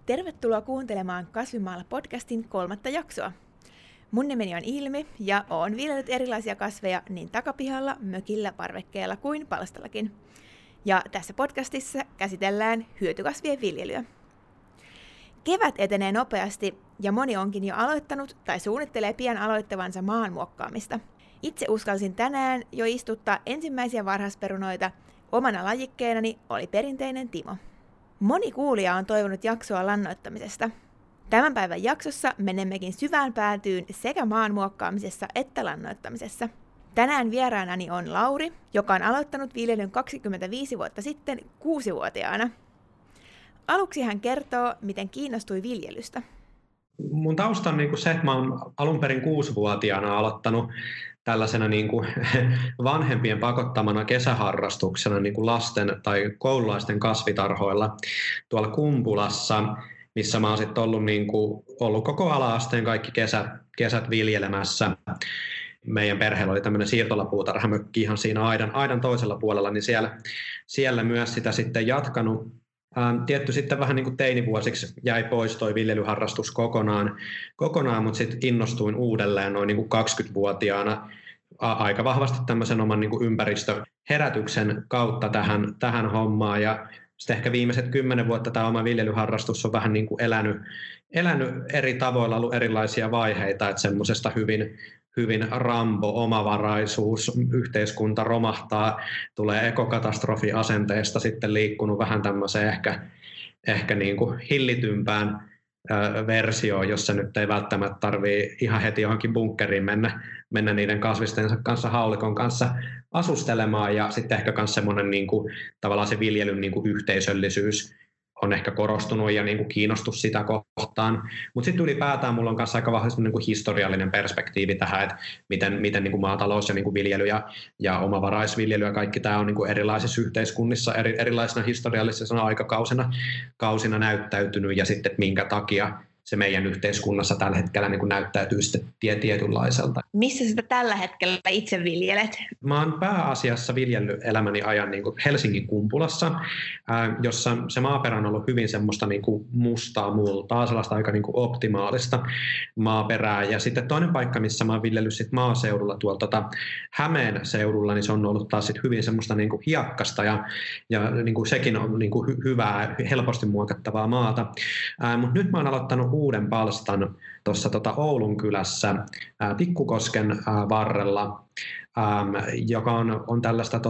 Tervetuloa kuuntelemaan Kasvimaalla-podcastin 3. jaksoa. Mun nimeni on Ilmi ja oon viljellyt erilaisia kasveja niin takapihalla, mökillä, parvekkeella kuin palstallakin. Ja tässä podcastissa käsitellään hyötykasvien viljelyä. Kevät etenee nopeasti ja moni onkin jo aloittanut tai suunnittelee pian aloittavansa maan muokkaamista. Itse uskalsin tänään jo istuttaa ensimmäisiä varhaisperunoita. Omana lajikkeenani oli perinteinen Timo. Moni kuulija on toivonut jaksoa lannoittamisesta. Tämän päivän jaksossa menemmekin syvään päätyyn sekä maan muokkaamisessa että lannoittamisessa. Tänään vieraanani on Lauri, joka on aloittanut viljelyn 25 vuotta sitten 6-vuotiaana. Aluksi hän kertoo, miten kiinnostui viljelystä. Mun tausta on se, että mä oon alun perin 6-vuotiaana aloittanut tällaisena vanhempien pakottamana kesäharrastuksena lasten tai koululaisten kasvitarhoilla tuolla Kumpulassa, missä mä oon sitten ollut koko ala-asteen kaikki kesät viljelemässä. Meidän perheellä oli tämmöinen siirtolapuutarhamökki ihan siinä aidan toisella puolella, niin siellä myös sitä sitten jatkanut. Tietty sitten vähän teinivuosiksi jäi pois toi viljelyharrastus kokonaan, mutta sitten innostuin uudelleen noin 20-vuotiaana aika vahvasti tämmöisen oman ympäristöherätyksen kautta tähän hommaan. Ja sitten ehkä viimeiset 10 vuotta tämä oma viljelyharrastus on vähän elänyt eri tavoilla, ollut erilaisia vaiheita, että semmoisesta hyvin rambo, omavaraisuus, yhteiskunta romahtaa, tulee ekokatastrofiasenteesta sitten liikkunut vähän tämmöiseen ehkä hillitympään versioon, jossa nyt ei välttämättä tarvitse ihan heti johonkin bunkkeriin mennä niiden kasvistensa kanssa, haulikon kanssa asustelemaan, ja sitten ehkä myös semmoinen tavallaan se viljelyn yhteisöllisyys on ehkä korostunut ja kiinnostus sitä kohtaan. Mutta sitten ylipäätään mulla on kanssa aika vahvasti historiallinen perspektiivi tähän, että miten maatalous ja viljely ja omavaraisviljely ja kaikki tämä on erilaisissa yhteiskunnissa erilaisina historiallisina aikakausina näyttäytynyt, ja sitten minkä takia se meidän yhteiskunnassa tällä hetkellä näyttäytyy sitten tietynlaiselta. Missä sitä tällä hetkellä itse viljelet? Mä oon pääasiassa viljellyt elämäni ajan Helsingin Kumpulassa, jossa se maaperä on ollut hyvin semmoista mustaa multaa, sellaista aika optimaalista maaperää. Ja sitten toinen paikka, missä mä oon viljellyt sit maaseudulla tuolta Hämeen seudulla, niin se on ollut taas sit hyvin semmoista hiekkasta ja sekin on hyvää, helposti muokattavaa maata. Mutta nyt mä oon aloittanut uuden palstan tuossa Oulun kylässä Tikkukosken varrella, joka on tällaista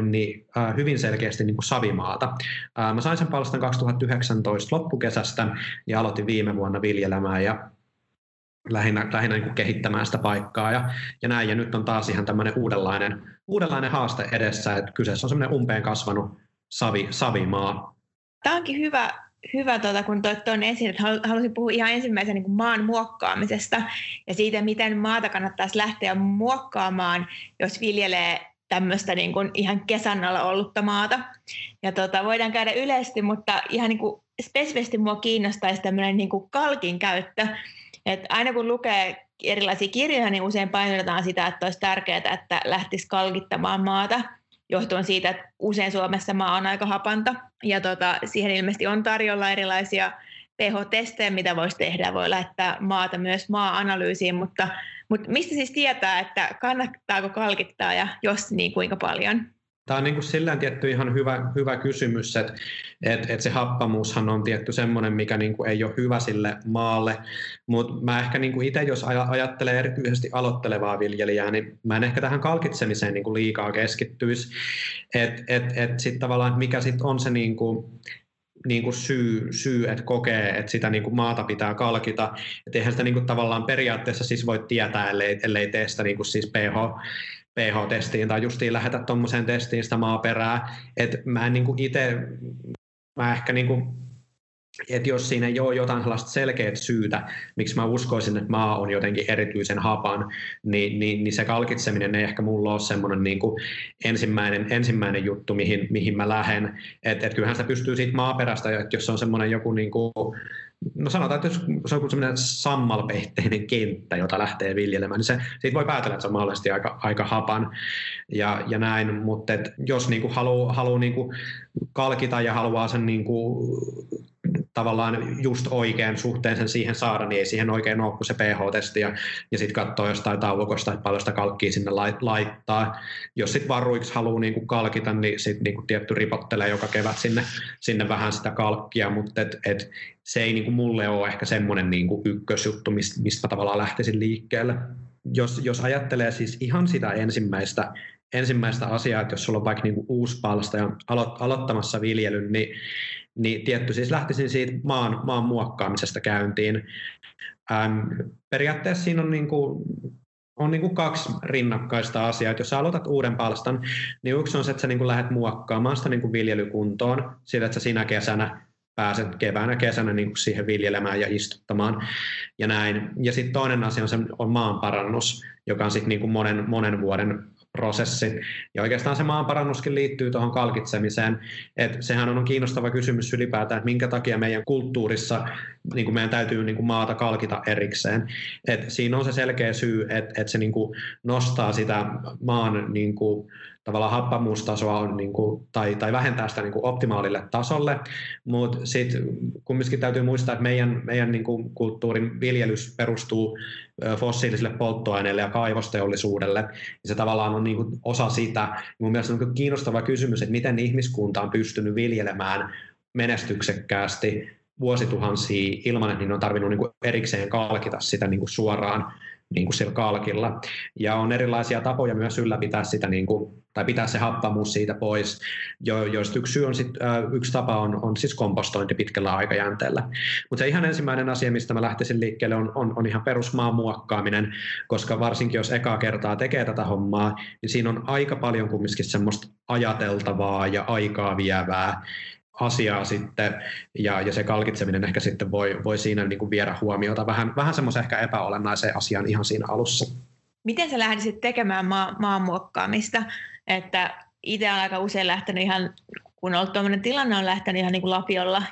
hyvin selkeästi savimaata. Mä sain sen palstan 2019 loppukesästä ja aloitin viime vuonna viljelemään ja lähinnä kehittämään sitä paikkaa ja näin. Ja nyt on taas ihan tämmöinen uudenlainen haaste edessä, että kyseessä on semmoinen umpeen kasvanut savimaa. Tämä onkin hyvä kun toit tuon esiin, että halusin puhua ihan ensimmäisen maan muokkaamisesta ja siitä, miten maata kannattaisi lähteä muokkaamaan, jos viljelee tämmöistä ihan kesän alla ollutta maata. Ja voidaan käydä yleisesti, mutta ihan spesifisesti mua kiinnostaisi tämmöinen kalkin käyttö. Et aina kun lukee erilaisia kirjoja, niin usein painotetaan sitä, että olisi tärkeää, että lähtisi kalkittamaan maata, johtuen siitä, että usein Suomessa maa on aika hapanta. Ja siihen ilmeisesti on tarjolla erilaisia pH-testejä, mitä voisi tehdä. Voi lähettää maata myös maa-analyysiin, mutta mistä siis tietää, että kannattaako kalkittaa ja jos niin kuinka paljon? Tämä on sillään tietty ihan hyvä kysymys, että se happamuushan on tietty semmoinen, mikä ei ole hyvä sille maalle, mutta mä ehkä itse, jos ajattelee erityisesti aloittelevaa viljelijää, niin mä en ehkä tähän kalkitsemiseen liikaa keskittyisi, että sitten tavallaan mikä sitten on se syy, että kokee, että sitä maata pitää kalkita. Et eihän sitä tavallaan periaatteessa siis voi tietää, ellei tee sitä siis pH-testiin tai justiin lähetä tuommoiseen testiin sitä maaperää. Että mä en ehkä että jos siinä ei ole jotain sellaista selkeät syytä, miksi mä uskoisin, että maa on jotenkin erityisen hapan, niin se kalkitseminen ei ehkä mulla ole semmoinen ensimmäinen juttu, mihin mä lähden. Että kyllähän sitä pystyy siitä maaperästä, että jos on semmoinen joku no sanotaan, että jos se on joku semmoinen sammalpeitteinen kenttä, jota lähtee viljelemään, niin siitä voi päätellä, että se on mahdollisesti aika hapan ja näin, mutta jos haluaa kalkita ja haluaa sen tavallaan just oikein suhteen sen siihen saada, niin ei siihen oikein ole kuin se pH-testi ja sitten katsoo jostain taulukosta, että paljon sitä kalkkia sinne laittaa. Jos sitten varuiksi haluaa niin kuin kalkita, niin sitten niin kuin tietty ripottelee joka kevät sinne vähän sitä kalkkia, mutta se ei niin kuin mulle ole ehkä semmoinen niin kuin ykkösjuttu, mistä tavallaan lähtisin liikkeelle. Jos ajattelee siis ihan sitä ensimmäistä asiaa, että jos sulla on vaikka niin kuin uusi palsta ja aloittamassa viljelyn, niin tietty siis lähtisin siitä maan muokkaamisesta käyntiin. Periaatteessa siinä on niin kuin kaksi rinnakkaista asiaa. Että jos sä aloitat uuden palstan, niin yksi on se, että sä niin kuin lähdet muokkaamaan sitä niin kuin viljelykuntoon sillä, että sä sinä kesänä pääset keväänä kesänä niin kuin siihen viljelemään ja istuttamaan ja näin. Ja sitten toinen asia on maanparannus, joka on sitten niin kuin monen vuoden prosessi. Ja oikeastaan se maanparannuskin liittyy tuohon kalkitsemiseen. Et sehän on kiinnostava kysymys ylipäätään, että minkä takia meidän kulttuurissa niin kuin meidän täytyy niin kuin maata kalkita erikseen. Et siinä on se selkeä syy, että se niin kuin nostaa sitä maan niin kuin tavallaan happamuustasoa on, niin kuin, tai vähentää sitä niin kuin optimaalille tasolle, mutta sitten kumminkin täytyy muistaa, että meidän niin kuin kulttuurin viljelys perustuu fossiilisille polttoaineille ja kaivosteollisuudelle, ja se tavallaan on niin kuin osa sitä. Mun mielestä on kiinnostava kysymys, että miten ihmiskunta on pystynyt viljelemään menestyksekkäästi vuosituhansia ilman, että niin on tarvinnut niin kuin erikseen kalkita sitä niin kuin suoraan niin kuin sillä kalkilla. Ja on erilaisia tapoja myös ylläpitää sitä, niin kuin, tai pitää se happamuus siitä pois, joista yksi tapa on siis kompostointi pitkällä aikajänteellä. Mutta se ihan ensimmäinen asia, mistä mä lähtisin liikkeelle, on ihan perusmaan muokkaaminen, koska varsinkin jos ekaa kertaa tekee tätä hommaa, niin siinä on aika paljon kumminkin semmoista ajateltavaa ja aikaa vievää asiaa sitten, ja se kalkitseminen ehkä sitten voi siinä niin kuin viedä huomiota vähän semmoisen ehkä epäolennaisen asian ihan siinä alussa. Miten sä lähdisit tekemään maanmuokkaamista? Että itse olen aika usein lähtenyt ihan, kun on ollut tuommoinen tilanne, on lähtenyt ihan niin kuin lapiolla,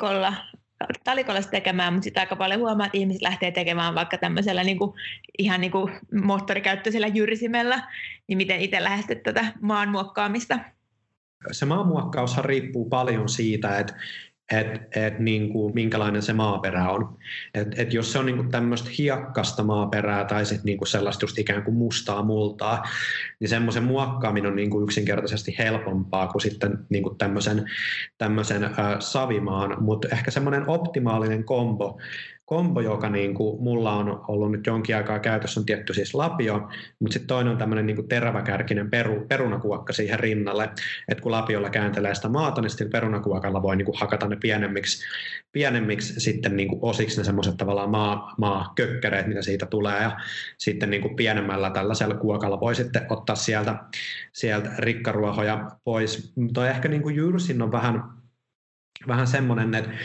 talikolla tekemään, mutta sitten aika paljon huomaa, että ihmiset lähtee tekemään vaikka tämmöisellä niin kuin, ihan niin kuin moottorikäyttöisellä jyrsimellä, niin miten itse lähestyt tätä maanmuokkaamista? Se maanmuokkaushan riippuu paljon siitä, että niin kuin, minkälainen se maaperä on. Et jos se on niin kuin tämmöistä hiekkasta maaperää tai sit niin kuin sellaista just ikään kuin mustaa multaa, niin semmoisen muokkaaminen on niin kuin yksinkertaisesti helpompaa kuin sitten niin kuin tämmöisen savimaan, mutta ehkä semmoinen optimaalinen kombo, joka niin kuin mulla on ollut nyt jonkin aikaa käytössä, on tietty siis lapio, mutta sitten toinen on tämmöinen niin kuin teräväkärkinen perunakuokka siihen rinnalle, että kun lapiolla kääntelee sitä maata, niin sitten perunakuokalla voi niin kuin hakata ne pienemmiksi sitten niin kuin osiksi ne semmoiset tavallaan maakökkäreet, mitä siitä tulee, ja sitten niin kuin pienemmällä tällaisella kuokalla voi sitten ottaa sieltä rikkaruohoja pois. Mutta ehkä niin kuin jyrsin on vähän semmoinen, että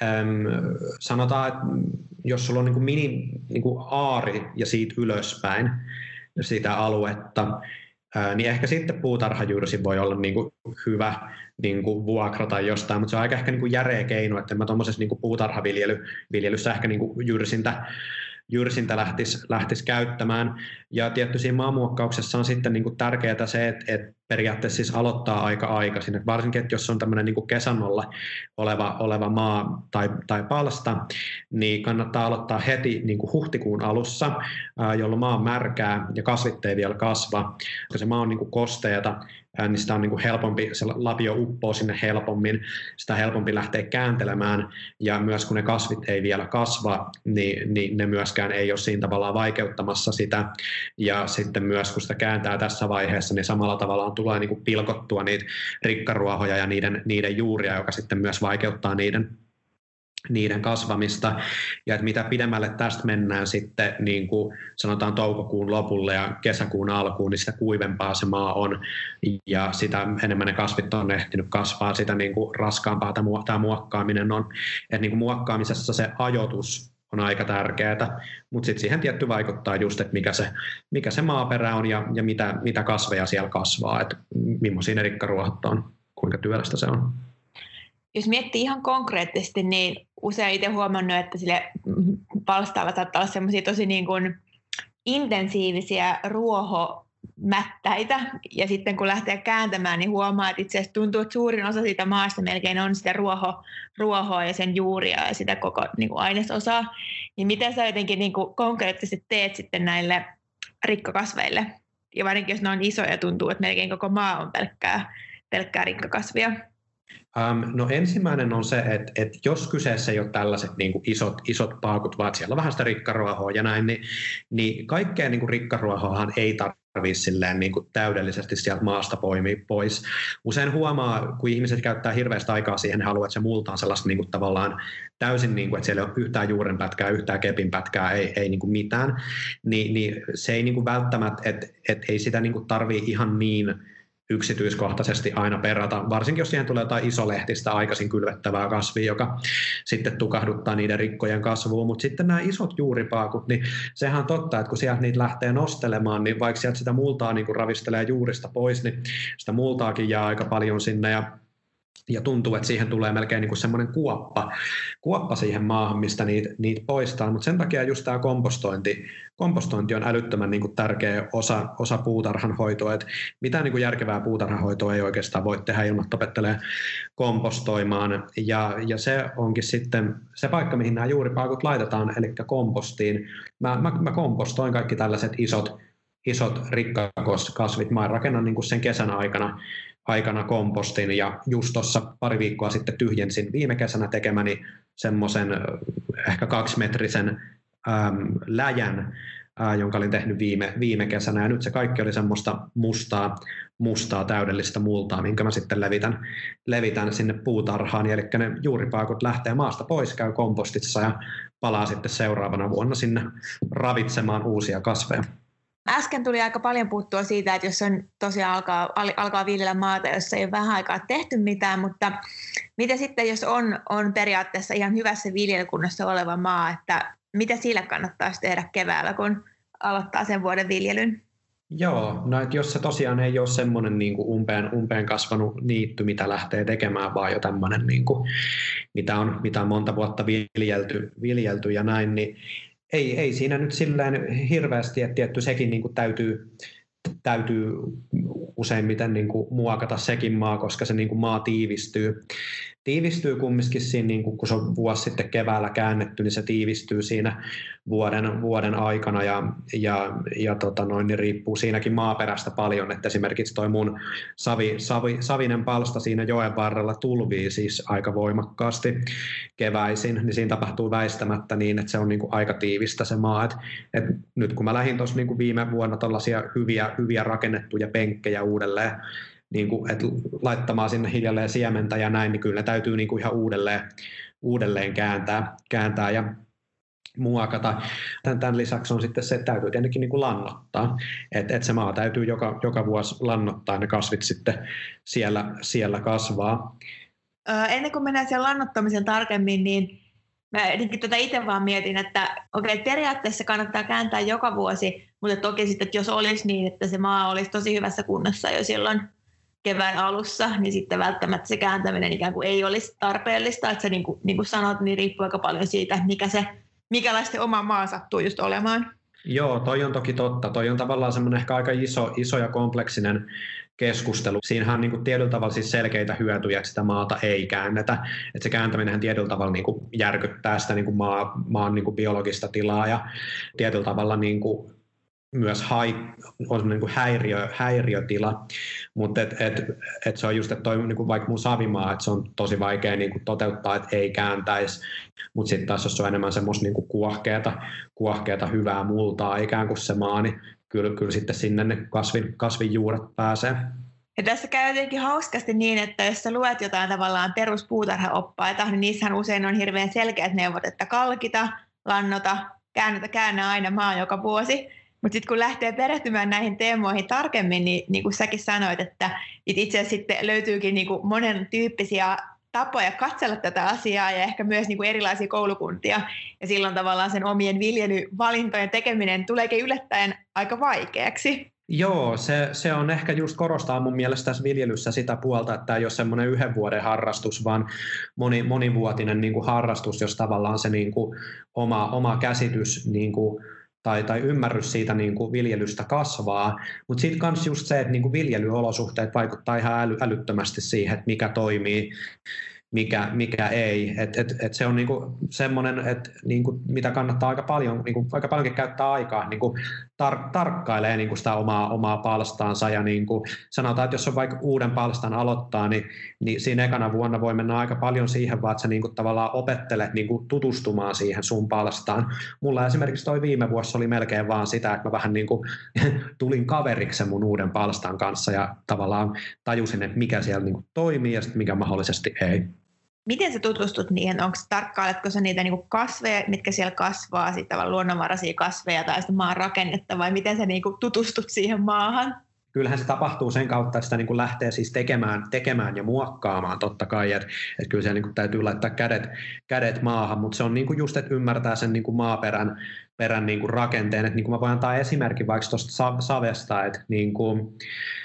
sanotaan, että jos sulla on niin kuin niin kuin aari ja siitä ylöspäin sitä aluetta, niin ehkä sitten puutarhajyrsi voi olla niin kuin hyvä niin kuin vuokrata jostain, mutta se on aika ehkä niin kuin järeä keino, että mä tuommoisessa niin kuin puutarhaviljelyssä ehkä niin kuin jyrsintä lähtisi käyttämään. Ja tietty siinä maanmuokkauksessa on sitten niin kuin tärkeää se, että periaatteessa siis aloittaa aika aikaisin. Et varsinkin, että jos on tämmöinen niin kuin kesannolla oleva maa tai palsta, niin kannattaa aloittaa heti niin kuin huhtikuun alussa, jolloin maa on märkää ja kasvit ei vielä kasva. Koska se maa on niin kuin kosteata, niin sitä on niin kuin helpompi, se lapio uppoo sinne helpommin, sitä helpompi lähteä kääntelemään, ja myös kun ne kasvit ei vielä kasva, niin ne myöskään ei ole siinä tavallaan vaikeuttamassa sitä, ja sitten myös kun sitä kääntää tässä vaiheessa, niin samalla tavalla tulee niin kuin pilkottua niitä rikkaruohoja ja niiden juuria, joka sitten myös vaikeuttaa niiden kasvamista, ja että mitä pidemmälle tästä mennään sitten niin kuin sanotaan toukokuun lopulle ja kesäkuun alkuun, niin sitä kuivempaa se maa on, ja sitä enemmän ne kasvit on ehtinyt kasvaa, sitä niin kuin raskaampaa tämä muokkaaminen on. Että niin kuin muokkaamisessa se ajoitus on aika tärkeää, mutta sitten siihen tietty vaikuttaa just, että mikä se maaperä on ja mitä kasveja siellä kasvaa, että millaisia ne rikkaruohot on, kuinka työlästä se on. Jos miettii ihan konkreettisesti, niin usein itse huomannut, että sille palstalla saattaa olla semmoisia tosi niin kuin intensiivisiä mättäitä, ja sitten kun lähtee kääntämään, niin huomaa, että itse asiassa tuntuu, että suurin osa siitä maasta melkein on sitä ruohoa ja sen juuria ja sitä koko niin kuin ainesosaa. Niin miten sä jotenkin niin kuin konkreettisesti teet sitten näille rikkakasveille? Ja varsinkin jos ne on isoja, tuntuu, että melkein koko maa on pelkkää rikkakasvia. No ensimmäinen on se, että jos kyseessä ei ole tällaiset niin kuin isot paakut, vaan siellä on vähän sitä rikkaruohoa ja näin, niin kaikkea niin kuin rikkaruohoahan ei tarvitse silleen niin kuin täydellisesti sieltä maasta poimia pois. Usein huomaa, kun ihmiset käyttää hirveästi aikaa siihen, ne haluaa, että se multa on sellaista niin kuin tavallaan täysin, niin kuin, että siellä ei ole yhtään juurenpätkää, yhtään kepinpätkää, ei niin kuin mitään, niin se ei niin kuin välttämättä, että ei sitä niin kuin tarvitse ihan niin yksityiskohtaisesti aina perata, varsinkin jos siihen tulee jotain isolehtistä aikaisin kylvettävää kasvia, joka sitten tukahduttaa niiden rikkojen kasvuun, mutta sitten nämä isot juuripaakut, niin sehän on totta, että kun sieltä niitä lähtee nostelemaan, niin vaikka sieltä sitä multaa niin kuin ravistelee juurista pois, niin sitä multaakin jää aika paljon sinne ja tuntuu, että siihen tulee melkein niin kuin semmoinen kuoppa siihen maahan, mistä niitä poistaa, mutta sen takia just tämä kompostointi on älyttömän niin kuin tärkeä osa puutarhanhoitoa, että mitään niin kuin järkevää puutarhanhoitoa ei oikeastaan voi tehdä ilman, että opettelee kompostoimaan, ja se onkin sitten se paikka, mihin nämä juuripaakut laitetaan, eli kompostiin. Mä kompostoin kaikki tällaiset isot rikkakasvit, mä rakennan niin kuin sen kesän aikana kompostin, ja just tuossa pari viikkoa sitten tyhjensin viime kesänä tekemäni semmoisen ehkä 2-metrisen läjän, jonka olin tehnyt viime kesänä, ja nyt se kaikki oli semmoista mustaa täydellistä multaa, minkä mä sitten levitän sinne puutarhaan, eli ne juuripaakut lähtee maasta pois, käy kompostissa ja palaa sitten seuraavana vuonna sinne ravitsemaan uusia kasveja. Äsken tuli aika paljon puhuttua siitä, että jos on tosiaan alkaa viljellä maata, jossa ei ole vähän aikaa tehty mitään, mutta mitä sitten, jos on periaatteessa ihan hyvässä viljelykunnassa oleva maa, että mitä sillä kannattaisi tehdä keväällä, kun aloittaa sen vuoden viljelyn? Joo, no että jos se tosiaan ei ole semmoinen niin kuin umpeen kasvanut niitty, mitä lähtee tekemään, vaan jo tämmöinen, niin kuin, mitä on monta vuotta viljelty ja näin, niin ei siinä nyt silleen hirveästi, että tietty sekin niin kuin täytyy useimmiten niin kuin muokata sekin maa, koska se niin kuin maa tiivistyy kumminkin siinä, niin kuin kun se on vuosi sitten keväällä käännetty, niin se tiivistyy siinä vuoden aikana ja niin riippuu siinäkin maaperästä paljon, että esimerkiksi toi mun savinen palsta siinä joen varrella tulvii siis aika voimakkaasti keväisin, niin siinä tapahtuu väistämättä niin, että se on niin kuin aika tiivistä se maa, et nyt kun mä lähdin tuossa niin kuin viime vuonna tällaisia hyviä rakennettuja penkkejä uudelleen, niin kuin, että laittamaan sinne hiljalleen siementä ja näin, niin kyllä ne täytyy niin kuin ihan uudelleen kääntää ja muokata. Tämän lisäksi on sitten se, että täytyy tietenkin niin kuin lannottaa, että se maa täytyy joka vuosi lannottaa, ne kasvit sitten siellä kasvaa. Ennen kuin mennään siihen lannottamiseen tarkemmin, niin mä itse vaan mietin, että periaatteessa kannattaa kääntää joka vuosi, mutta toki sitten, että jos olisi niin, että se maa olisi tosi hyvässä kunnossa jo silloin kevään alussa, niin sitten välttämättä se kääntäminen ikään kuin ei olisi tarpeellista, että se niin kuin sanot, niin riippuu aika paljon siitä, mikälaista oma maa sattuu just olemaan. Joo, toi on toki totta. Toi on tavallaan semmoinen ehkä aika iso ja kompleksinen keskustelu. Siinähän on niin kuin tietyllä tavalla siis selkeitä hyötyjä, että sitä maata ei käännetä. Että se kääntäminenhän tietyllä tavalla niin kuin järkyttää sitä niin kuin maan niin kuin biologista tilaa ja tietyllä tavalla niin kuin myös on niin kuin häiriötila, mutta et se on just, että toi, niin kuin vaikka mun savimaa, että se on tosi vaikea niin kuin toteuttaa, että ei kääntäisi, mutta sitten taas jos on enemmän semmoista niin kuin kuohkeata hyvää multaa ikään kuin se maa, niin kyllä sitten sinne ne kasvin juuret pääsee. Ja tässä käy jotenkin hauskasti niin, että jos sä luet jotain tavallaan peruspuutarhaoppaita, niin niissähän usein on hirveän selkeät neuvot, että kalkita, lannota, käännä aina maa joka vuosi. Mutta sitten kun lähtee perehtymään näihin teemoihin tarkemmin, niin kuin säkin sanoit, että itse asiassa sitten löytyykin niin kuin monen tyyppisiä tapoja katsella tätä asiaa ja ehkä myös niin kuin erilaisia koulukuntia. Ja silloin tavallaan sen omien viljelyvalintojen tekeminen tuleekin yllättäen aika vaikeaksi. Joo, se on ehkä just korostaa mun mielestä tässä viljelyssä sitä puolta, että tämä ei ole semmoinen yhden vuoden harrastus, vaan monivuotinen niin kuin harrastus, jos tavallaan se niin kuin oma käsitys niin kuin tai ymmärrys siitä niin kuin viljelystä kasvaa, mutta sitten myös just se, että niin kuin viljelyolosuhteet vaikuttaa ihan älyttömästi siihen, että mikä toimii, mikä ei. Et se on niinku semmoinen, niinku, mitä kannattaa aika paljonkin käyttää aikaa, niinku, tarkkailee niinku sitä omaa palstaansa. Ja niinku, sanotaan, että jos on vaikka uuden palstan aloittaa, niin siinä ekana vuonna voi mennä aika paljon siihen, vaan että sä niinku, tavallaan opettelet niinku, tutustumaan siihen sun palstaan. Mulla esimerkiksi toi viime vuosi oli melkein vaan sitä, että mä vähän niinku, tulin kaveriksi mun uuden palstan kanssa ja tavallaan tajusin, että mikä siellä niinku, toimii ja mikä mahdollisesti ei. Miten sä tutustut niihin? Tarkkailetko sä niitä niinku kasveja, mitkä siellä kasvaa, sitten luonnonvaraisia kasveja tai sitä maan rakennetta, vai miten sä niinku tutustut siihen maahan? Kyllähän se tapahtuu sen kautta, että sitä niin kuin lähtee siis tekemään ja muokkaamaan totta kai, että kyllä siellä niin kuin täytyy laittaa kädet maahan, mutta se on niin kuin just, että ymmärtää sen niin kuin maaperän niin kuin rakenteen, että niin kuin mä voin antaa esimerkin vaikka tuosta savesta, että niin kuin,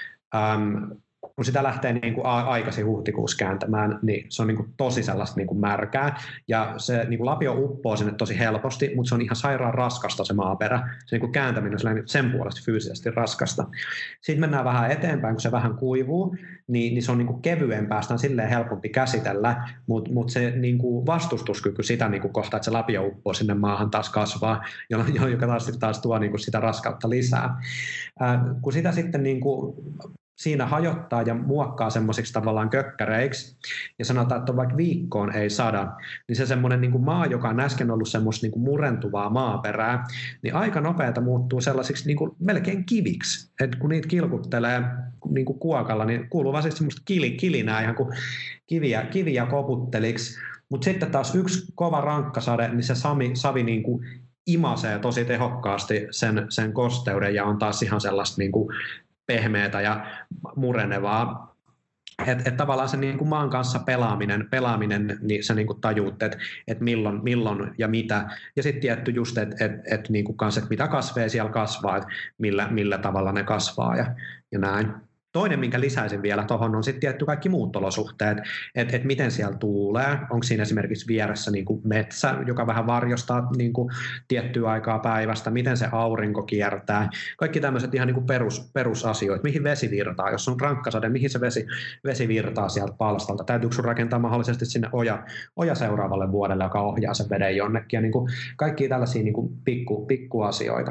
kun sitä lähtee niin kuin aikaisin huhtikuussa kääntämään, niin se on niin kuin tosi sellaista niin kuin märkää. Ja se niin kuin lapio uppoo sinne tosi helposti, mutta se on ihan sairaan raskasta se maaperä. Se niin kuin kääntäminen on sen puolesta fyysisesti raskasta. Sitten mennään vähän eteenpäin, kun se vähän kuivuu, niin se on niin kuin kevyempää, sitä on silleen helpompi käsitellä, mutta se niin kuin vastustuskyky sitä niin kuin kohtaa, että se lapio uppoo sinne maahan taas kasvaa, joka taas tuo niin kuin sitä raskautta lisää. Kun sitä sitten niin kuin siinä hajottaa ja muokkaa semmoisiksi tavallaan kökkäreiksi, ja sanotaan, että vaikka viikkoon ei sada, niin se semmoinen niin kuin maa, joka on äsken ollut semmoista niin kuin murentuvaa maaperää, niin aika nopeata muuttuu sellaisiksi niin kuin melkein kiviksi. Et kun niitä kilkuttelee niin kuin kuokalla, niin kuuluu vaan semmoista kilinää, ihan kuin kiviä koputteliksi. Mutta sitten taas yksi kova rankkasade, niin se savi niin kuin imasee tosi tehokkaasti sen kosteuden, ja on taas ihan sellaista niin kuin pehmeätä ja murenevaa. Että tavallaan se niin kuin maan kanssa pelaaminen niin sä niin kuin tajuut, että milloin ja mitä. Ja sitten tietty just, että niin kuin kanssa, että mitä kasveja siellä kasvaa, että millä tavalla ne kasvaa ja näin. Toinen, minkä lisäisin vielä tuohon, on sitten tietty kaikki muut olosuhteet, että miten siellä tuulee. Onko siinä esimerkiksi vieressä niin kuin metsä, joka vähän varjostaa niin kuin tiettyä aikaa päivästä, miten se aurinko kiertää. Kaikki tämmöiset ihan niin kuin perusasioita, mihin vesi virtaa, jos on rankkasade, mihin se vesi virtaa sieltä palstalta. Täytyykö sun rakentaa mahdollisesti sinne oja seuraavalle vuodelle, joka ohjaa sen veden jonnekin. Ja niin kuin kaikkia tällaisia niin kuin pikkuasioita.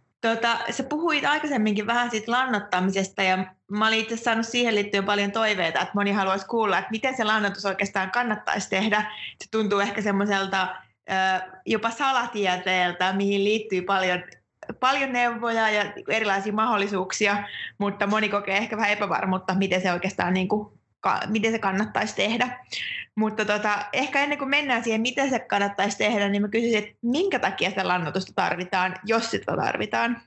Sä puhuit aikaisemminkin vähän siitä lannoittamisesta ja mä olin itse saanut siihen liittyen paljon toiveita, että moni haluaisi kuulla, että miten se lannoitus oikeastaan kannattaisi tehdä. Se tuntuu ehkä semmoiselta jopa salatieteeltä, mihin liittyy paljon neuvoja ja erilaisia mahdollisuuksia, mutta moni kokee ehkä vähän epävarmuutta, miten se oikeastaan miten se kannattaisi tehdä. Mutta ehkä ennen kuin mennään siihen, miten se kannattaisi tehdä, niin mä kysyisin, että minkä takia sitä lannoitusta tarvitaan, jos sitä tarvitaan?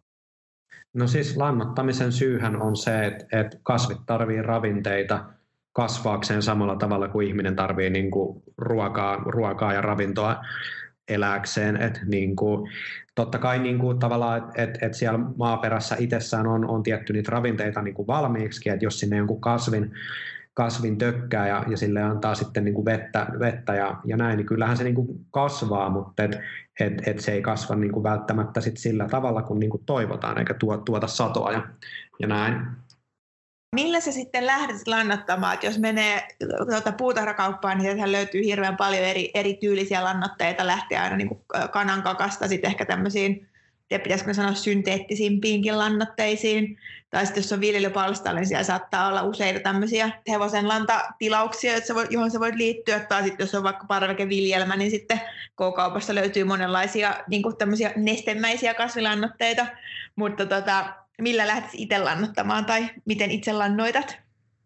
No siis lannoittamisen syyhän on se, että kasvit tarvii ravinteita kasvaakseen samalla tavalla kuin ihminen tarvii niin kuin ruokaa ja ravintoa elääkseen. Niin kuin, totta kai niin kuin, tavallaan, että siellä maaperässä itsessään on tietty niitä ravinteita niin kuin valmiiksi, että jos sinne jonkun kasvin tökkää ja sille antaa sitten niin kuin vettä ja näin, niin kyllähän se niin kuin kasvaa, mutta et se ei kasva niin kuin välttämättä sit sillä tavalla, kun niin kuin toivotaan, eikä tuota satoa ja näin. Millä sä sitten lähdet lannoittamaan? Että jos menee puutarhakauppaan, niin sieltä löytyy hirveän paljon eri tyylisiä lannoitteita, lähtee aina niin kuin kanankakasta sitten ehkä tämmöisiin, pitäisikö sanoa synteettisimpiinkin lannoitteisiin. Tai sitten jos on viljelypalstalla, niin siellä saattaa olla useita tämmöisiä hevosenlantatilauksia, johon sä voit liittyä. Tai sitten jos on vaikka parvekeviljelmä, niin sitten K-kaupassa löytyy monenlaisia niin kuin tämmöisiä nestemäisiä kasvilannoitteita. Mutta millä lähdet itse lannoittamaan tai miten itse lannoitat?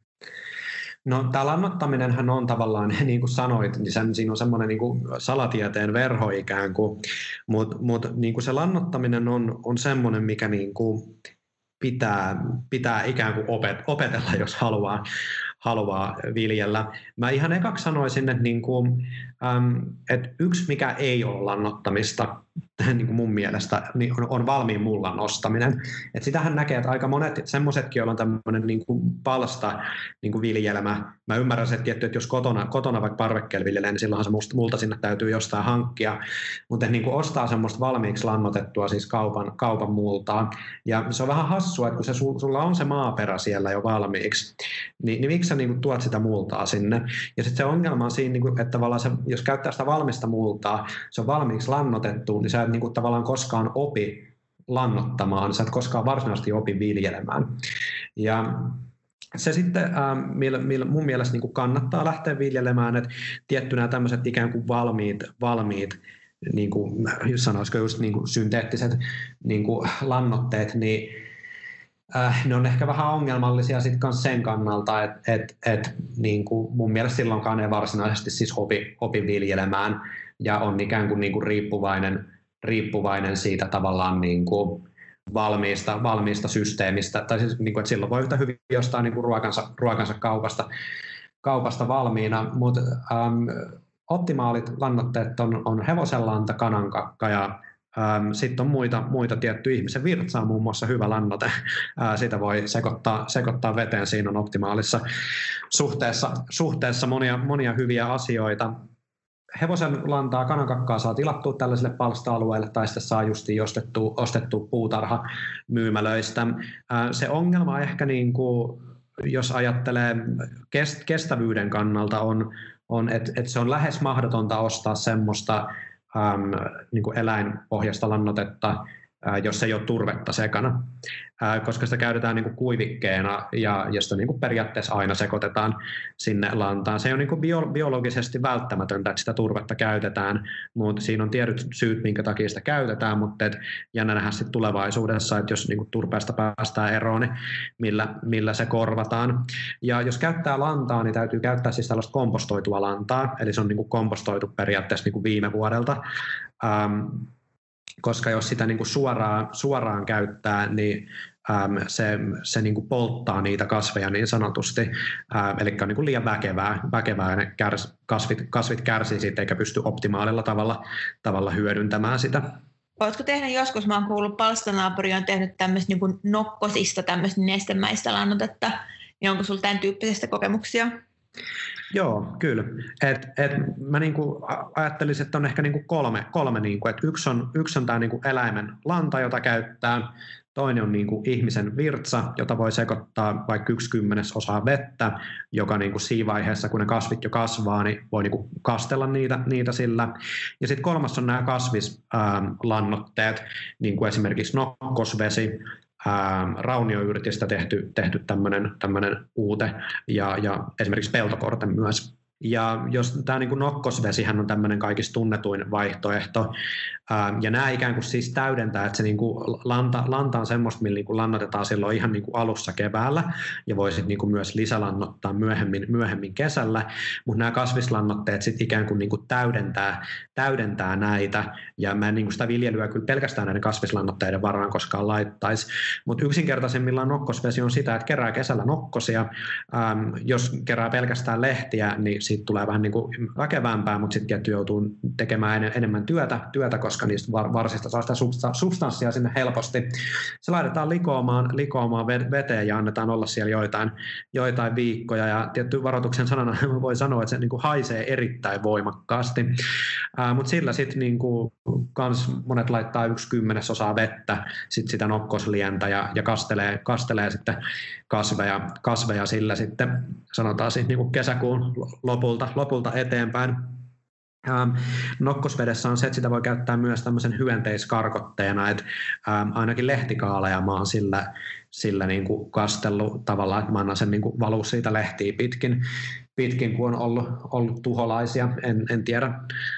No tämä lannoittaminenhan on tavallaan, niin kuin sanoit, niin siinä on semmoinen niin kuin salatieteen verho ikään kuin, mutta niin kuin se lannoittaminen on semmoinen, mikä niin kuin pitää ikään kuin opetella, jos haluaa viljellä. Mä ihan ekaksi sanoisin, että, niin kuin, että yksi mikä ei ole lannoittamista niin kuin mun mielestä niin on valmiin mullan nostaminen. Et sitähän näkee, että aika monet semmoisetkin, joilla on tämmöinen niin kuin palsta niin kuin viljelmä. Mä ymmärrän sekin, että jos kotona vaikka parvekkeella viljelee, niin silloinhan se multa sinne täytyy jostain hankkia. Mutta niin kuin ostaa semmoista valmiiksi lannotettua siis kaupan multaa. Ja se on vähän hassua, että kun sulla on se maaperä siellä jo valmiiksi, niin miksi sä niin kuin tuot sitä multaa sinne? Ja sitten se ongelma on siinä, niin kuin, että tavallaan jos käyttää sitä valmista multaa, se on valmiiksi lannotettu, niin sä et niin kuin tavallaan koskaan opi lannottamaan, sä et koskaan varsinaisesti opi viljelemään. Ja se sitten, millä mun mielestä niin kuin kannattaa lähteä viljelemään, että tiettynä tämmöiset ikään kuin valmiit niin kuin sanoisiko just niin kuin synteettiset niin kuin lannoitteet, niin ne on ehkä vähän ongelmallisia sitten kanssa sen kannalta, että niin kuin mun mielestä silloinkaan ei varsinaisesti siis opi viljelemään ja on ikään kuin riippuvainen siitä tavallaan niin kuin valmiista systeemistä, tai siis niin kuin, että silloin voi yhtä hyvin ostaa niin kuin ruokansa kaupasta valmiina, mutta optimaalit lannoitteet on hevosenlanta, kanankakka ja sitten on muita tiettyjä. Ihmisen virtsa on muun muassa hyvä lannoite. Sitä voi sekoittaa veteen. Siinä on optimaalissa suhteessa monia hyviä asioita. Hevosen lantaa, kanankakkaa saa tilattua tällaisille palsta-alueille tai sitten saa justiin ostettua puutarhamyymälöistä. Se ongelma ehkä, niin kuin, jos ajattelee kestävyyden kannalta, on että se on lähes mahdotonta ostaa semmoista niin kuin eläinpohjaista lannotetta, jos ei ole turvetta sekana, koska sitä käytetään niin kuin kuivikkeena ja sitä niin kuin periaatteessa aina sekoitetaan sinne lantaan. Se on niin kuin biologisesti välttämätöntä, että sitä turvetta käytetään, mutta siinä on tietyt syyt, minkä takia sitä käytetään, mutta jännä nähdä sitten tulevaisuudessa, että jos niin kuin turpeesta päästään eroon, niin millä se korvataan. Ja jos käyttää lantaa, niin täytyy käyttää siis tällaista kompostoitua lantaa, eli se on niin kuin kompostoitu periaatteessa niin kuin viime vuodelta. Koska jos sitä niin kuin suoraan käyttää, niin se niin kuin polttaa niitä kasveja niin sanotusti, eli on niin kuin liian väkevää ja ne kasvit kärsii siitä eikä pysty optimaalilla tavalla hyödyntämään sitä. Oletko tehnyt joskus, mä oon kuullut, palstanaapuri on tehnyt tämmöistä niin kuin nokkosista tämmöistä nestemäistä lannotetta, niin onko sulla tämän tyyppisestä kokemuksia? Joo, kyllä. Mä niinku ajattelisin, että on ehkä niinku kolme niinku, että yksi on tämä niinku eläimen lanta, jota käyttää. Toinen on niinku ihmisen virtsa, jota voi sekoittaa vaikka 1/10 vettä, joka niinku siinä vaiheessa, kun ne kasvit jo kasvaa, niin voi niinku kastella niitä sillä. Ja sitten kolmas on nämä kasvislannoitteet, niin kuin esimerkiksi nokkosvesi, raunioyrtistä tehty tämmöinen uute ja esimerkiksi peltokorte myös. Ja jos tämä niin kuin nokkosvesihän on tämmöinen kaikista tunnetuin vaihtoehto, ja nämä ikään kuin siis täydentää, että se niin kuin lanta on semmoista, millä niin kuin lannotetaan silloin ihan niin kuin alussa keväällä, ja voi sitten niin kuin myös lisälannottaa myöhemmin kesällä, mutta nämä kasvislannoitteet sitten ikään kuin, täydentää näitä, ja mä en niin kuin sitä viljelyä kyllä pelkästään näiden kasvislannoitteiden varaan koskaan laittaisi, mutta yksinkertaisemmillaan nokkosvesi on sitä, että kerää kesällä nokkosia, jos kerää pelkästään lehtiä, niin siitä tulee vähän niin kuin väkevämpää, mutta sitten tietty joutuu tekemään enemmän työtä, koska niistä varsista saa sitä substanssia sinne helposti. Se laitetaan likoamaan veteen ja annetaan olla siellä joitain viikkoja. Ja tietty varoituksen sanana voi sanoa, että se niin kuin haisee erittäin voimakkaasti. Mutta sillä sitten niin kuin kans monet laittaa 1/10 vettä, sit sitä nokkoslientä ja kastelee sitten kasveja sillä sitten sanotaan niin kuin kesäkuun lopulta eteenpäin. Nokkosvedessä on se, että sitä voi käyttää myös tämmöisen hyönteiskarkotteena, että ainakin lehtikaaleja mä oon sillä niin kuin kastellut tavallaan, että mä annan sen niin kuin valua siitä lehtiä pitkin kun on ollut tuholaisia. En tiedä,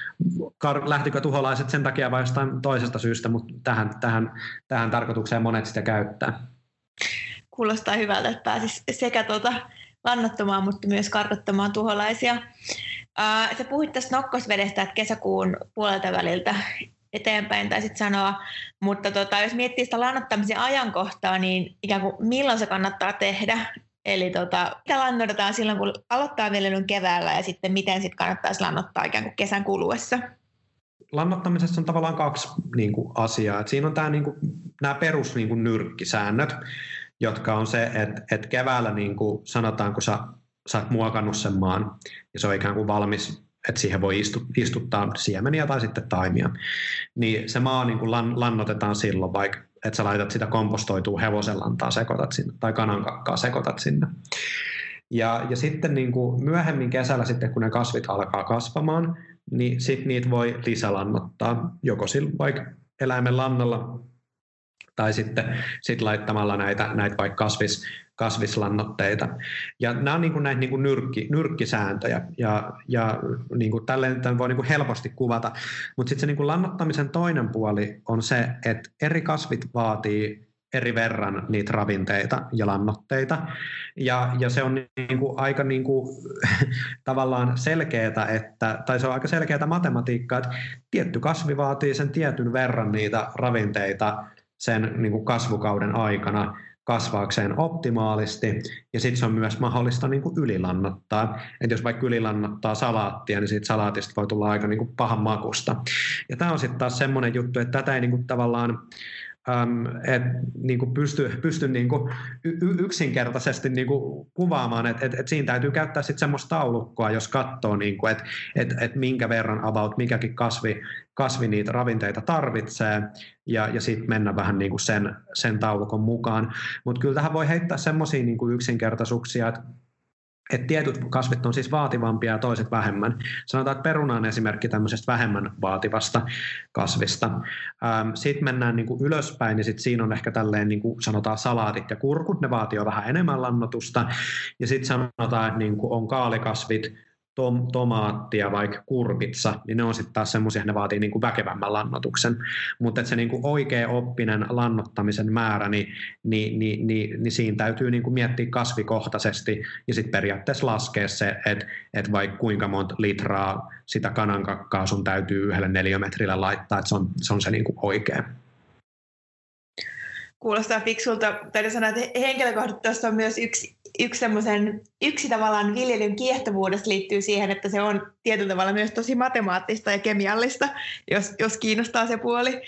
lähtikö tuholaiset sen takia vai jostain toisesta syystä, mutta tähän tarkoitukseen monet sitä käyttää. Kuulostaa hyvältä, että pääsisi sekä lannoittamaan, mutta myös karkottamaan tuholaisia. Sä puhuit tästä nokkosvedestä, että kesäkuun puolelta väliltä eteenpäin taisit sanoa, mutta jos miettii sitä lannottamisen ajankohtaa, niin ikään kuin milloin se kannattaa tehdä? Eli mitä lannoitetaan silloin, kun aloittaa viljelyn keväällä ja sitten miten sitten kannattaisi lannottaa ikään kuin kesän kuluessa? lannoittamisessa on tavallaan kaksi niin kuin asiaa. Et siinä on nämä perus niin kuin nyrkkisäännöt, jotka on se, että keväällä niin kuin sanotaan, kun sä oot muokannut sen maan ja se on ikään kuin valmis, että siihen voi istuttaa siemeniä tai sitten taimia, niin se maa niin kuin lannoitetaan silloin, vaikka että sä laitat sitä kompostoitua hevosenlantaa sekoitat sinne tai kanankakkaa sekoitat sinne. Ja sitten niin kuin myöhemmin kesällä sitten, kun ne kasvit alkaa kasvamaan, niin sitten niitä voi lisälannottaa joko vaikka eläimen lannalla tai sitten laittamalla näitä vaikka kasvislannoitteita. Ja nämä on niin kuin näitä niin kuin nyrkkisääntöjä ja niin kuin tälleen tämän voi niin kuin helposti kuvata. Mutta sitten se niin kuin lannottamisen toinen puoli on se, että eri kasvit vaatii eri verran niitä ravinteita ja lannoitteita. Ja se on niin kuin aika niin kuin, tavallaan selkeätä, tai se on aika selkeätä matematiikkaa, että tietty kasvi vaatii sen tietyn verran niitä ravinteita sen niin kuin kasvukauden aikana kasvaakseen optimaalisti, ja sitten se on myös mahdollista niin kuin ylilannottaa. Että jos vaikka ylilannottaa salaattia, niin siitä salaatista voi tulla aika niin kuin pahan makusta. Ja tämä on sitten taas semmoinen juttu, että tätä ei niin kuin tavallaan niin pysty niin yksinkertaisesti niin kuvaamaan, että siinä täytyy käyttää sitten semmoista taulukkoa, jos katsoo, niin että minkä verran about mikäkin kasvi niitä ravinteita tarvitsee, ja sitten mennä vähän niin sen taulukon mukaan. Mutta kyllä tähän voi heittää semmoisia niin yksinkertaisuuksia, että tietyt kasvit on siis vaativampia ja toiset vähemmän. Sanotaan, että peruna on esimerkki tämmöisestä vähemmän vaativasta kasvista. Sitten mennään niin kuin ylöspäin, niin sitten siinä on ehkä tälleen niin kuin sanotaan salaatit ja kurkut, ne vaatii jo vähän enemmän lannoitusta. Ja sitten sanotaan, että niin kuin on kaalikasvit, tomaattia, vaikka kurpitsa, niin ne on sitten taas semmoisia, ne vaatii niin kuin väkevämmän lannoituksen. Mutta se niin kuin oikea oppinen lannottamisen määrä, niin siinä täytyy niin kuin miettiä kasvikohtaisesti ja sitten periaatteessa laskea se, että vaikka kuinka monta litraa sitä kanankakkaa sun täytyy yhdelle neliömetrille laittaa, että se on se niin kuin oikea. Kuulostaa fiksulta. Täytyy sanoa, että henkilökohtaisesti tuossa on myös yksi tavallaan viljelyn kiehtovuudesta liittyy siihen, että se on tietyllä tavalla myös tosi matemaattista ja kemiallista, jos kiinnostaa se puoli.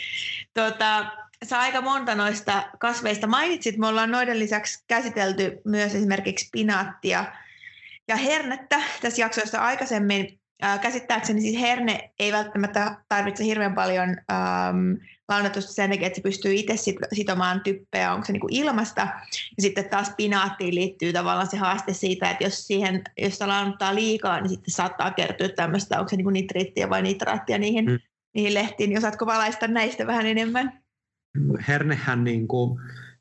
Sä aika monta noista kasveista mainitsit. Me ollaan noiden lisäksi käsitelty myös esimerkiksi spinaattia ja hernettä tässä jaksossa aikaisemmin. Käsittääkseni siis herne ei välttämättä tarvitse hirveän paljon lannoitusta sen takia, että se pystyy itse sitomaan typpeä, onko se niin kuin ilmasta. Ja sitten taas spinaattiin liittyy tavallaan se haaste siitä, että jos se lannottaa liikaa, niin sitten saattaa kertyä tämmöistä, onko se niin kuin nitriittiä vai nitraattia niihin lehtiin. Osaatko valaista näistä vähän enemmän? Hernehän niin kuin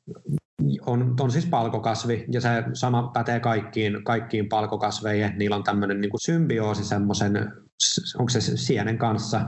on siis palkokasvi, ja se sama pätee kaikkiin palkokasveihin. Niillä on tämmöinen niin kuin symbioosi semmoisen, onko se sienen kanssa,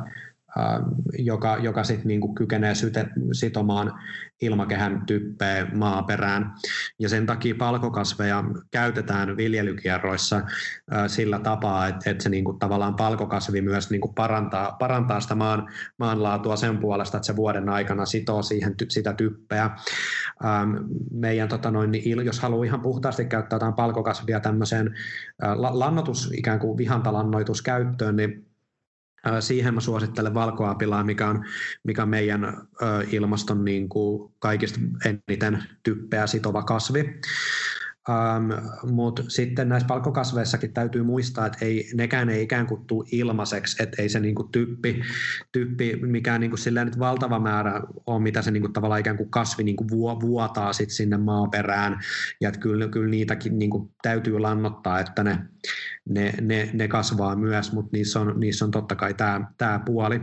joka sitten niinku kykenee sitomaan ilmakehän typpeä maaperään. Ja sen takia palkokasveja käytetään viljelykierroissa sillä tapaa, että se niinku tavallaan palkokasvi myös niinku parantaa sitä maanlaatua sen puolesta, että se vuoden aikana sitoo sitä typpeä. Meidän, jos haluaa ihan puhtaasti käyttää jotain palkokasvia tämmöiseen ikään kuin vihantalannoituskäyttöön, niin siihen mä suosittelen valkoapilaa, mikä on meidän ilmaston niin kuin kaikista eniten typpeä sitova kasvi. Mutta sitten näissä palkkokasveissakin täytyy muistaa, että nekään ei ikään kuin tule ilmaiseksi, että ei se niinku typpi mikään niinku silleen nyt valtava määrä on, mitä se niinku tavallaan ikään kuin kasvi niinku vuotaa sit sinne maaperään, ja että kyllä niitäkin niinku täytyy lannottaa, että ne kasvaa myös, mutta niissä on totta kai tämä puoli.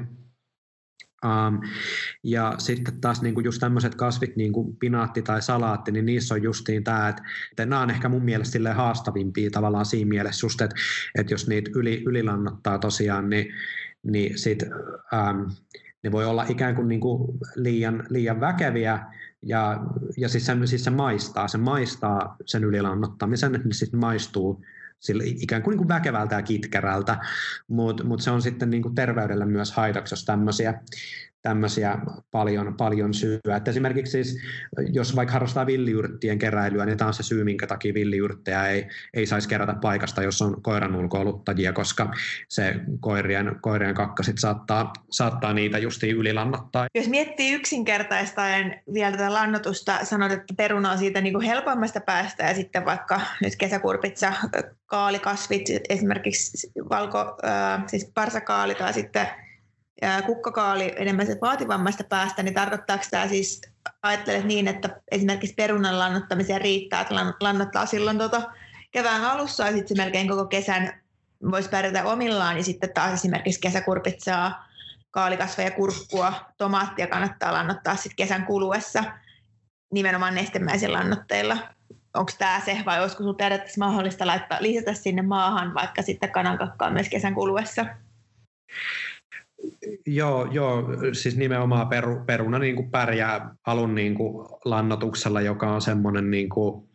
Ja sitten taas niinku just tämmöiset kasvit, niin kuin pinaatti tai salaatti, niin niissä on justiin tämä, että nämä on ehkä mun mielestä haastavimpia tavallaan siinä mielessä just, että jos niitä ylilannottaa tosiaan, niin sit, ne voi olla ikään kuin niinku liian väkeviä, ja siis se maistaa sen ylilannottamisen, niin sitten maistuu sillä ikään kuin väkevältä ja kitkerältä, mutta se on sitten niin kuin terveydelle myös haitaksi, jos tämmöisiä paljon syyä. Et esimerkiksi siis, jos vaikka harrastaa villiyrttien keräilyä, niin tämä on se syy, minkä takia villiyrttejä ei saisi kerätä paikasta, jos on koiran ulkoiluttajia, koska se koirien kakka sit saattaa niitä justiin ylilannottaa. Jos miettii yksinkertaistaen vielä tätä lannotusta, sanot, että peruna on siitä niin kuin helpommasta päästä ja sitten vaikka nyt kesäkurpitsa, kaalikasvit, esimerkiksi siis parsakaali tai sitten kukkakaali enemmän se vaativammasta päästä, niin tarkoittaako tämä siis, ajattelet niin, että esimerkiksi perunan lannottamiseen riittää, että lannottaa silloin kevään alussa ja sitten se melkein koko kesän voisi pärjätä omillaan, niin sitten taas esimerkiksi kesäkurpitsaa, kaalikasveja, kurkkua, tomaattia kannattaa lannottaa sitten kesän kuluessa nimenomaan nestemäisillä lannoitteilla. Onko tämä se vai olisiko sinulla periaatteessa mahdollista lisätä sinne maahan vaikka sitten kanankakkaa myös kesän kuluessa? Joo, siis nimenomaan peruna niin kuin pärjää alun niin kuin lannotuksella, joka on semmoinen niin kuin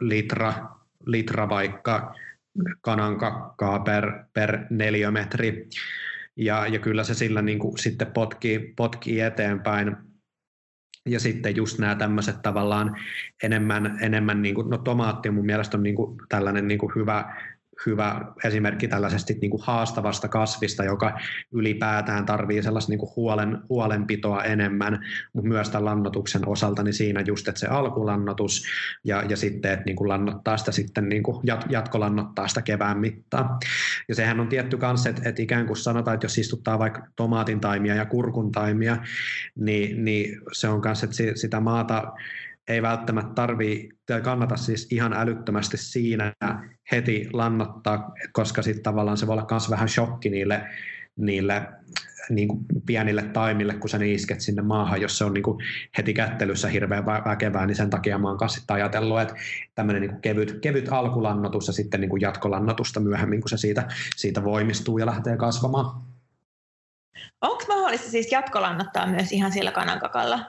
litra vaikka kanankakkaa per neliömetri. Ja kyllä se sillä niin kuin sitten potkii eteenpäin. Ja sitten just nämä tämmöiset tavallaan enemmän niin kuin, no tomaatti mun mielestä on niin kuin tällainen niin kuin hyvä esimerkki tällaisesta niin kuin haastavasta kasvista, joka ylipäätään tarvitsee sellaista niin kuin huolenpitoa enemmän, mutta myös tämän lannotuksen osalta niin siinä just, että se alkulannotus ja sitten, että niin kuin lannottaa sitä sitten niin kuin jatkolannottaa sitä kevään mittaan. Ja sehän on tietty kanssa, että ikään kuin sanotaan, että jos istuttaa vaikka tomaatin taimia ja kurkun taimia, niin se on kanssa, että sitä maata ei välttämättä kannata siis ihan älyttömästi siinä heti lannottaa, koska sitten tavallaan se voi olla myös vähän shokki niille niin kuin pienille taimille, kun sä ne isket sinne maahan, jos se on niin kuin heti kättelyssä hirveän väkevää, niin sen takia mä oon kanssa ajatellut, että tämmöinen niin kuin kevyt alkulannotus ja sitten niin kuin jatkolannotusta myöhemmin, kun se siitä voimistuu ja lähtee kasvamaan. Onko mahdollista siis jatkolannottaa myös ihan siellä kanankakalla?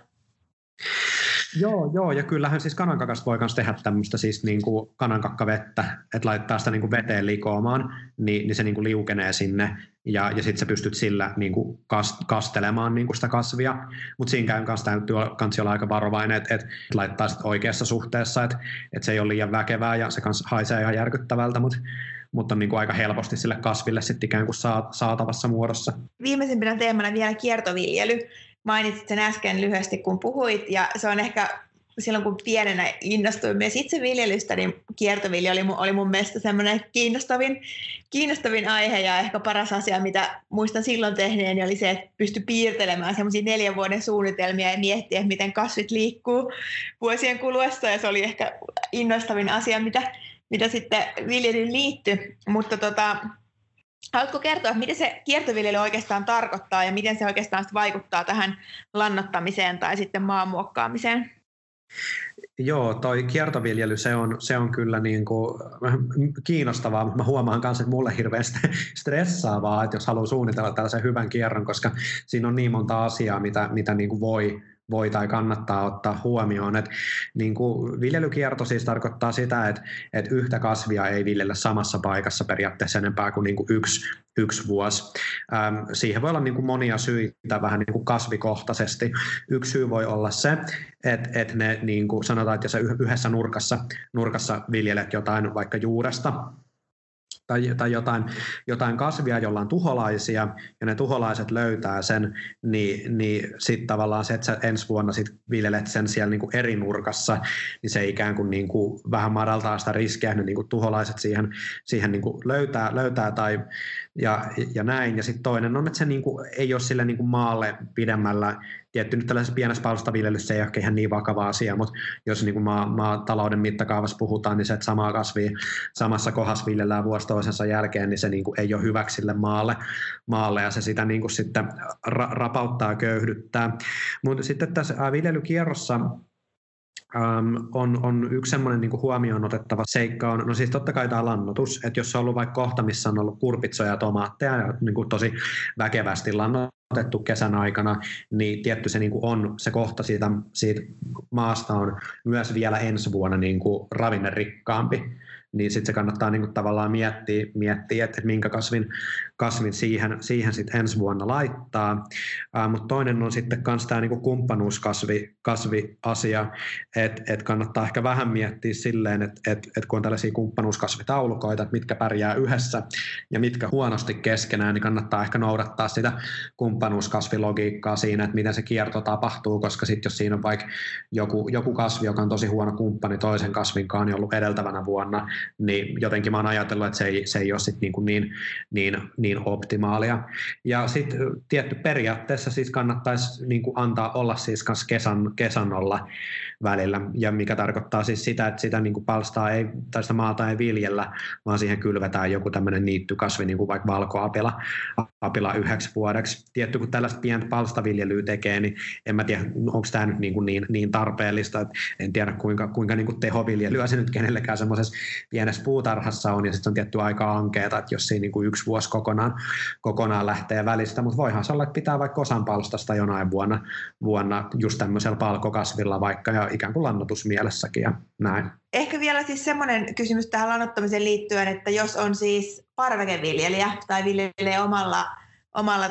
Joo, ja kyllähän siis kanankakasta voi myös tehdä tämmöistä siis niin kuin kanankakkavettä, että laittaa sitä niin kuin veteen likoamaan, niin se niin kuin liukenee sinne, ja sitten sä pystyt sillä niin kuin kastelemaan niin kuin sitä kasvia, mutta siinä kanssa täytyy olla aika varovainen, että laittaa sitä oikeassa suhteessa, että se ei ole liian väkevää, ja se kanssa haisee ihan järkyttävältä, mutta on niin kuin aika helposti sille kasville sitten ikään kuin saatavassa muodossa. Viimeisimpänä teemana vielä kiertoviljely. Mainitsit sen äsken lyhyesti, kun puhuit, ja se on ehkä silloin, kun pienenä innostuin myös itse viljelystä, niin kiertoviljely oli mun mielestä semmoinen kiinnostavin aihe, ja ehkä paras asia, mitä muistan silloin tehneen, oli se, että pystyi piirtelemään semmoisia 4 vuoden suunnitelmia ja miettiä, miten kasvit liikkuu vuosien kuluessa, ja se oli ehkä innostavin asia, mitä sitten viljelyyn liittyi, mutta haluatko kertoa, miten se kiertoviljely oikeastaan tarkoittaa ja miten se oikeastaan vaikuttaa tähän lannoittamiseen tai sitten maanmuokkaamiseen? Joo, toi kiertoviljely, se on kyllä niin kuin kiinnostavaa, mutta mä huomaan myös, että mulle hirveän stressaavaa, että jos haluaa suunnitella tällaisen hyvän kierron, koska siinä on niin monta asiaa, mitä niin kuin voi tai kannattaa ottaa huomioon. Et niin kuin viljelykierto siis tarkoittaa sitä, että yhtä kasvia ei viljellä samassa paikassa periaatteessa enempää kuin, yksi vuosi. Siihen voi olla niin kuin monia syitä vähän niin kuin kasvikohtaisesti. Yksi syy voi olla se, että ne niin kuin sanotaan, että jos yhdessä nurkassa viljelet jotain vaikka juuresta, tai jotain kasvia, jolla on tuholaisia, ja ne tuholaiset löytää sen, niin sitten tavallaan se, että sä ensi vuonna sit viljelet sen siellä niinku eri nurkassa, niin se ikään kuin niinku vähän madaltaa sitä riskiä, että ne niinku tuholaiset siihen niinku löytää ja näin. Ja sitten toinen on, että se niinku ei ole sille niinku maalle pidemmällä. Tietty nyt tällaisessa pienessä palstaviljelyssä ei ole ihan niin vakava asia, mutta jos niin kuin maatalouden mittakaavassa puhutaan, niin se, että samaa kasvia samassa kohdassa viljellään vuosi toisensa jälkeen, niin se niin kuin ei ole hyväksi sille maalle ja se sitä niin kuin sitten rapauttaa ja köyhdyttää. Mutta sitten tässä viljelykierrossa on yksi semmoinen niin kuin huomioon otettava seikka on, no siis totta kai tämä lannoitus, että jos on ollut vaikka kohta, missä on ollut kurpitsoja ja tomaatteja ja niin kuin tosi väkevästi lannoitettu kesän aikana, niin tietty se niin kuin on, se kohta siitä maasta on myös vielä ensi vuonna niin kuin ravinnerikkaampi. niin sitten se kannattaa niin kuin tavallaan miettiä, että minkä kasvin siihen sitten ensi vuonna laittaa. Mutta toinen on sitten myös tämä niin kumppanuuskasviasia, että kannattaa ehkä vähän miettiä silleen, että kun on tällaisia kumppanuuskasvitaulukoita, että mitkä pärjää yhdessä ja mitkä huonosti keskenään, niin kannattaa ehkä noudattaa sitä kumppanuuskasvilogiikkaa siinä, että miten se kierto tapahtuu, koska sitten jos siinä on vaikka joku kasvi, joka on tosi huono kumppani toisen kasvin kanssa, niin ollut edeltävänä vuonna, niin jotenkin mä oon ajatellut, että se ei ole sitten niin optimaalia. Ja sitten tietty periaatteessa siis kannattaisi niin kuin antaa olla siis kanssa kesannolla välillä, ja mikä tarkoittaa siis sitä, että sitä niin kuin palstaa tai sitä maata ei viljellä, vaan siihen kylvetään joku tämmöinen niittykasvi, niin kuin vaikka valkoapila 9 vuodeksi. Tietty, kun tällaista pientä palstaviljelyä tekee, niin en mä tiedä, onko tämä nyt niin tarpeellista, että en tiedä kuinka niin kuin tehoviljelyä se nyt kenellekään semmoisessa pienessä puutarhassa on, ja sitten on tietty aika ankeeta, että jos siinä niin kuin 1 vuosi kokonaan lähtee välistä, mutta voihan se olla, että pitää vaikka osan palstasta jonain vuonna just tämmöisellä palkokasvilla vaikka, ja ikään kuin lannoitusmielessäkin ja näin. Ehkä vielä siis semmoinen kysymys tähän lannoittamiseen liittyen, että jos on siis parvekeviljelijä tai viljelee omalla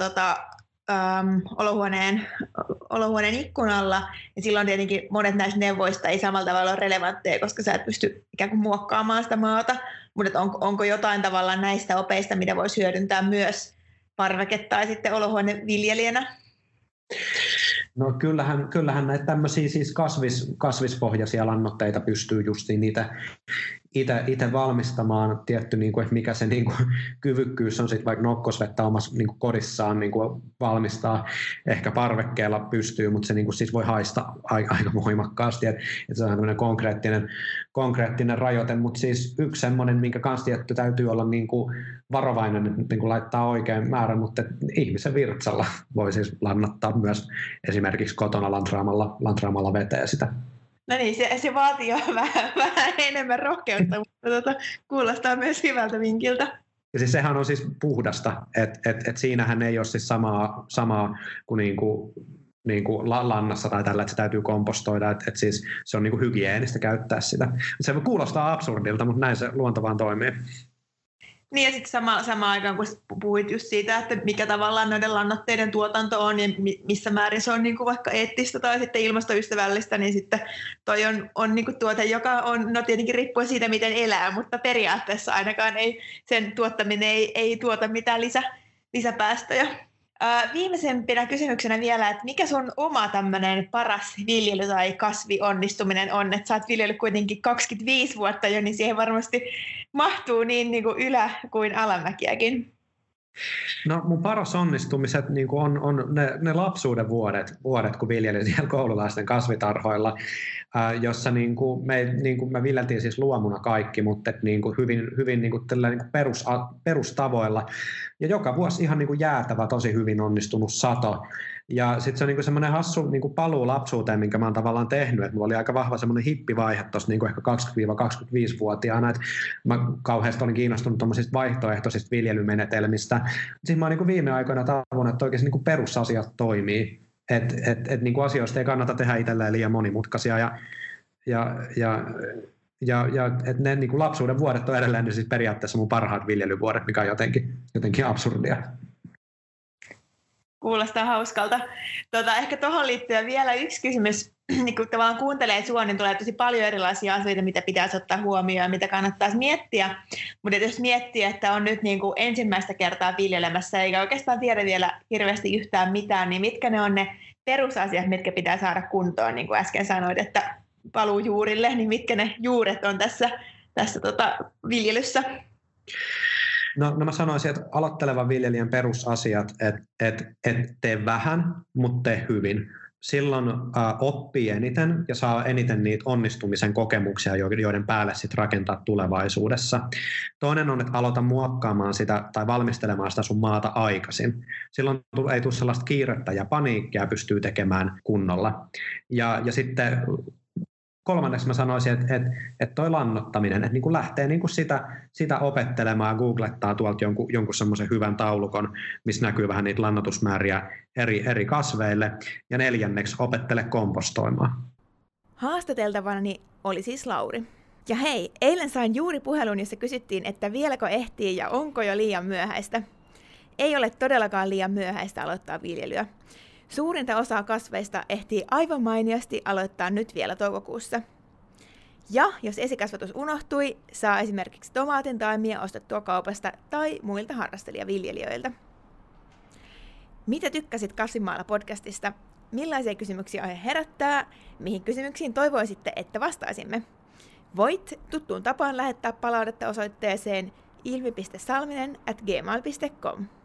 olohuoneen ikkunalla, niin silloin tietenkin monet näistä neuvoista ei samalla tavalla ole relevantteja, koska sä et pysty ikään kuin muokkaamaan sitä maata, mutta onko jotain tavallaan näistä opeista, mitä voisi hyödyntää myös parveke- tai sitten olohuoneviljelijänä? No kyllähän näitä tämmöisiä siis kasvispohjaisia lannoitteita pystyy justiin niitä itse valmistamaan, tietty, niin kuin, että mikä se niin kuin, kyvykkyys on sitten vaikka nokkosvettä omassa niin kuin kodissaan niin kuin valmistaa. Ehkä parvekkeella pystyy, mutta se niin kuin, siis voi haista aika voimakkaasti, että se on tämmöinen konkreettinen rajoite, mutta siis yksi semmoinen, minkä kanssa tietty täytyy olla niin kuin varovainen, että niin kuin laittaa oikein määrän, mutta ihmisen virtsalla voi siis lannottaa myös esimerkiksi kotona lantraamalla veteen sitä. No niin, se vaatii jo vähän enemmän rohkeutta, mutta kuulostaa myös hyvältä vinkiltä. Ja siis sehän on siis puhdasta, että siinähän ei ole siis samaa kuin niinku lannassa tai tällä, että se täytyy kompostoida, että siis se on niinku hygieenistä käyttää sitä. Se kuulostaa absurdilta, mutta näin se luonto vaan toimii. Niin ja sitten samaan aikaan, kun puhuit just siitä, että mikä tavallaan noiden lannoitteiden tuotanto on ja missä määrin se on niin kuin vaikka eettistä tai sitten ilmastoystävällistä, niin sitten toi on niin kuin tuote, joka on, no tietenkin riippuen siitä, miten elää, mutta periaatteessa ainakaan sen tuottaminen ei tuota mitään lisäpäästöjä. Viimeisempänä kysymyksenä vielä, että mikä sun oma tämmöinen paras viljely- tai kasvionnistuminen on? Että sä oot viljellyt kuitenkin 25 vuotta jo, niin siihen varmasti mahtuu niin kuin ylä- kuin alamäkiäkin. No mun paras onnistumiset niin kuin on ne lapsuuden vuodet, kun viljelin siellä koululaisten kasvitarhoilla, jossa niin kuin me viljeltiin siis luomuna kaikki, mutta niin kuin hyvin niin kuin perustavoilla. Ja joka vuosi ihan niin kuin jäätävä, tosi hyvin onnistunut sato. Ja sitten se on niinku semmoinen hassu niinku paluu lapsuuteen, minkä mä oon tavallaan tehnyt. Et mulla oli aika vahva semmoinen hippivaihe tuossa niinku ehkä 20-25-vuotiaana. Et mä kauheasti olin kiinnostunut tuommoisista vaihtoehtoisista viljelymenetelmistä. Sitten mä oon niinku viime aikoina tavoin, että oikeasti niinku perusasiat toimii. Et niinku asioista ei kannata tehdä itselleen liian monimutkaisia. Ja et ne niinku lapsuuden vuodet on edelleen siis periaatteessa mun parhaat viljelyvuodet, mikä on jotenkin absurdia. Kuulostaa hauskalta. Ehkä tuohon liittyen vielä yksi kysymys. Niin kun tavallaan kuuntelee sua, niin tulee tosi paljon erilaisia asioita, mitä pitäisi ottaa huomioon ja mitä kannattaisi miettiä. Mutta jos miettii, että on nyt niin kuin ensimmäistä kertaa viljelemässä eikä oikeastaan tiedä vielä hirveästi yhtään mitään, niin mitkä ne on ne perusasiat, mitkä pitää saada kuntoon, niin kuin äsken sanoit, että paluu juurille, niin mitkä ne juuret on tässä viljelyssä? No mä sanoisin, että aloittelevan viljelijän perusasiat, että tee vähän, mutta tee hyvin. Silloin oppii eniten ja saa eniten niitä onnistumisen kokemuksia, joiden päälle sitten rakentaa tulevaisuudessa. Toinen on, että aloita muokkaamaan sitä tai valmistelemaan sitä sun maata aikaisin. Silloin ei tule sellaista kiirettä ja paniikkia, pystyy tekemään kunnolla. Ja sitten kolmanneksi mä sanoisin, että toi lannoittaminen, että niin kuin lähtee niin kuin sitä opettelemaan, googlettaa tuolta jonkun semmoisen hyvän taulukon, missä näkyy vähän niitä lannoitusmääriä eri kasveille. Ja neljänneksi opettele kompostoimaan. Haastateltavani oli siis Lauri. Ja hei, eilen sain juuri puhelun, jossa kysyttiin, että vieläkö ehtii ja onko jo liian myöhäistä. Ei ole todellakaan liian myöhäistä aloittaa viljelyä. Suurinta osaa kasveista ehtii aivan mainiosti aloittaa nyt vielä toukokuussa. Ja jos esikasvatus unohtui, saa esimerkiksi tomaatin taimia ostettua kaupasta tai muilta harrastelijaviljelijöiltä. Mitä tykkäsit Kasvimaalla podcastista? Millaisia kysymyksiä aihe herättää? Mihin kysymyksiin toivoisitte, että vastaisimme? Voit tuttuun tapaan lähettää palautetta osoitteeseen ilmi.salminen@gmail.com.